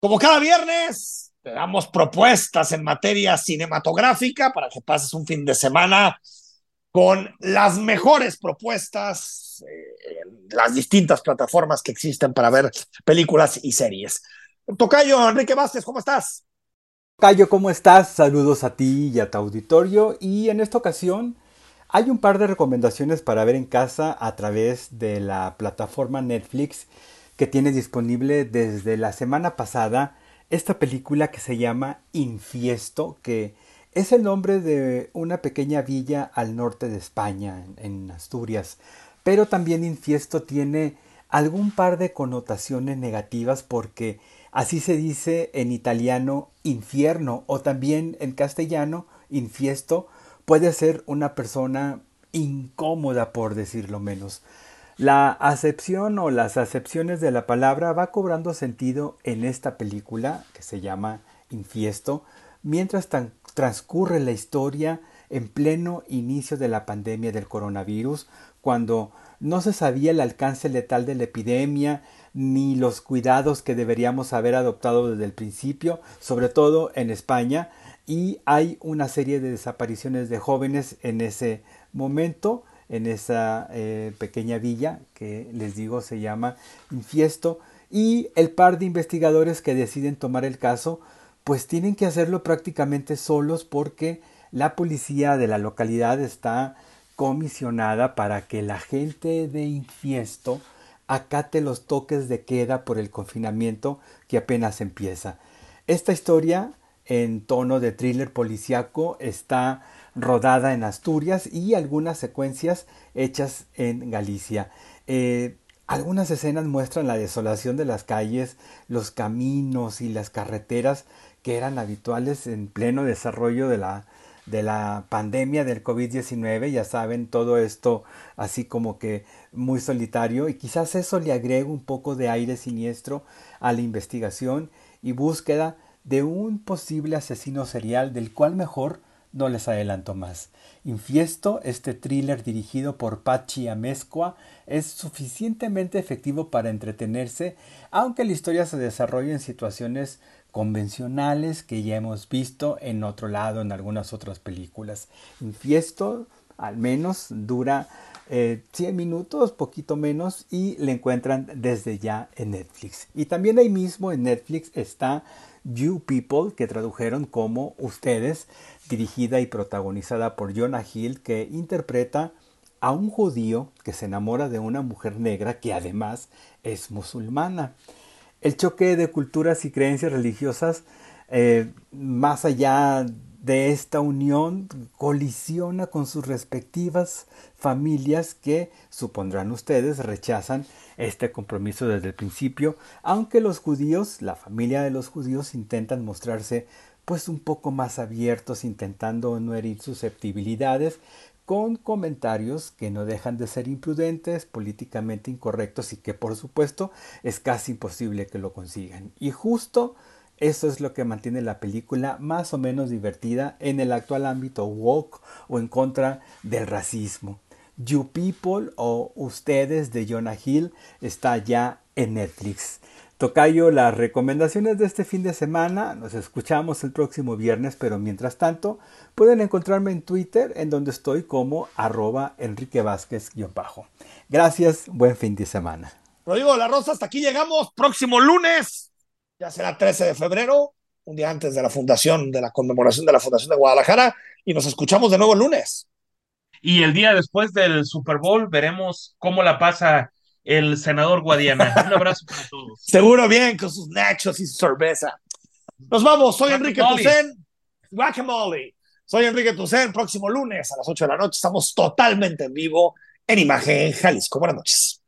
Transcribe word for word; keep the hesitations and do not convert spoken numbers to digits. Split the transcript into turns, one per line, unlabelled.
Como cada viernes, te damos propuestas en materia cinematográfica para que pases un fin de semana con las mejores propuestas eh, en las distintas plataformas que existen para ver películas y series. Tocayo, Enrique Vázquez, ¿cómo estás?
Cayo, ¿cómo estás? Saludos a ti y a tu auditorio. Y en esta ocasión hay un par de recomendaciones para ver en casa a través de la plataforma Netflix que tiene disponible desde la semana pasada esta película que se llama Infiesto, que es el nombre de una pequeña villa al norte de España, en, en Asturias. Pero también Infiesto tiene algún par de connotaciones negativas porque así se dice en italiano infierno o también en castellano infiesto puede ser una persona incómoda por decirlo menos. La acepción o las acepciones de la palabra va cobrando sentido en esta película que se llama Infiesto, mientras tan- transcurre la historia en pleno inicio de la pandemia del coronavirus, cuando no se sabía el alcance letal de la epidemia ni los cuidados que deberíamos haber adoptado desde el principio, sobre todo en España, y hay una serie de desapariciones de jóvenes en ese momento, en esa eh, pequeña villa que les digo se llama Infiesto, y el par de investigadores que deciden tomar el caso pues tienen que hacerlo prácticamente solos porque la policía de la localidad está comisionada para que la gente de Infiesto acate los toques de queda por el confinamiento que apenas empieza. Esta historia, en tono de thriller policíaco, está rodada en Asturias y algunas secuencias hechas en Galicia. Eh, algunas escenas muestran la desolación de las calles, los caminos y las carreteras que eran habituales en pleno desarrollo de la, de la pandemia del covid diecinueve. Ya saben, todo esto así como que muy solitario, y quizás eso le agrega un poco de aire siniestro a la investigación y búsqueda de un posible asesino serial del cual mejor no les adelanto más. Infiesto, este thriller dirigido por Pachi Amezcua, es suficientemente efectivo para entretenerse, aunque la historia se desarrolla en situaciones convencionales que ya hemos visto en otro lado en algunas otras películas. Infiesto al menos dura eh, cien minutos, poquito menos, y le encuentran desde ya en Netflix. Y también ahí mismo en Netflix está You People, que tradujeron como Ustedes, dirigida y protagonizada por Jonah Hill, que interpreta a un judío que se enamora de una mujer negra que además es musulmana. El choque de culturas y creencias religiosas, eh, más allá de esta unión, colisiona con sus respectivas familias que, supondrán ustedes, rechazan este compromiso desde el principio, aunque los judíos, la familia de los judíos, intentan mostrarse pues un poco más abiertos, intentando no herir susceptibilidades, con comentarios que no dejan de ser imprudentes, políticamente incorrectos y que por supuesto es casi imposible que lo consigan. Y justo eso es lo que mantiene la película más o menos divertida en el actual ámbito woke o en contra del racismo. You People o Ustedes de Jonah Hill está ya en Netflix. Tocayo, las recomendaciones de este fin de semana. Nos escuchamos el próximo viernes, pero mientras tanto pueden encontrarme en Twitter, en donde estoy como arroba Enrique Vázquez-bajo. Gracias, buen fin de semana.
Rodrigo de la Rosa, hasta aquí llegamos. Próximo lunes, ya será trece de febrero, un día antes de la fundación, de la conmemoración de la Fundación de Guadalajara, y nos escuchamos de nuevo el lunes.
Y el día después del Super Bowl veremos cómo la pasa el senador Guadiana. Un abrazo para todos.
Seguro bien, con sus nachos y su cerveza. Nos vamos, soy Enrique
Guacamole.
Tucen, guacamole. Soy Enrique Tucen, próximo lunes a las ocho de la noche estamos totalmente en vivo en Imagen Jalisco. Buenas noches.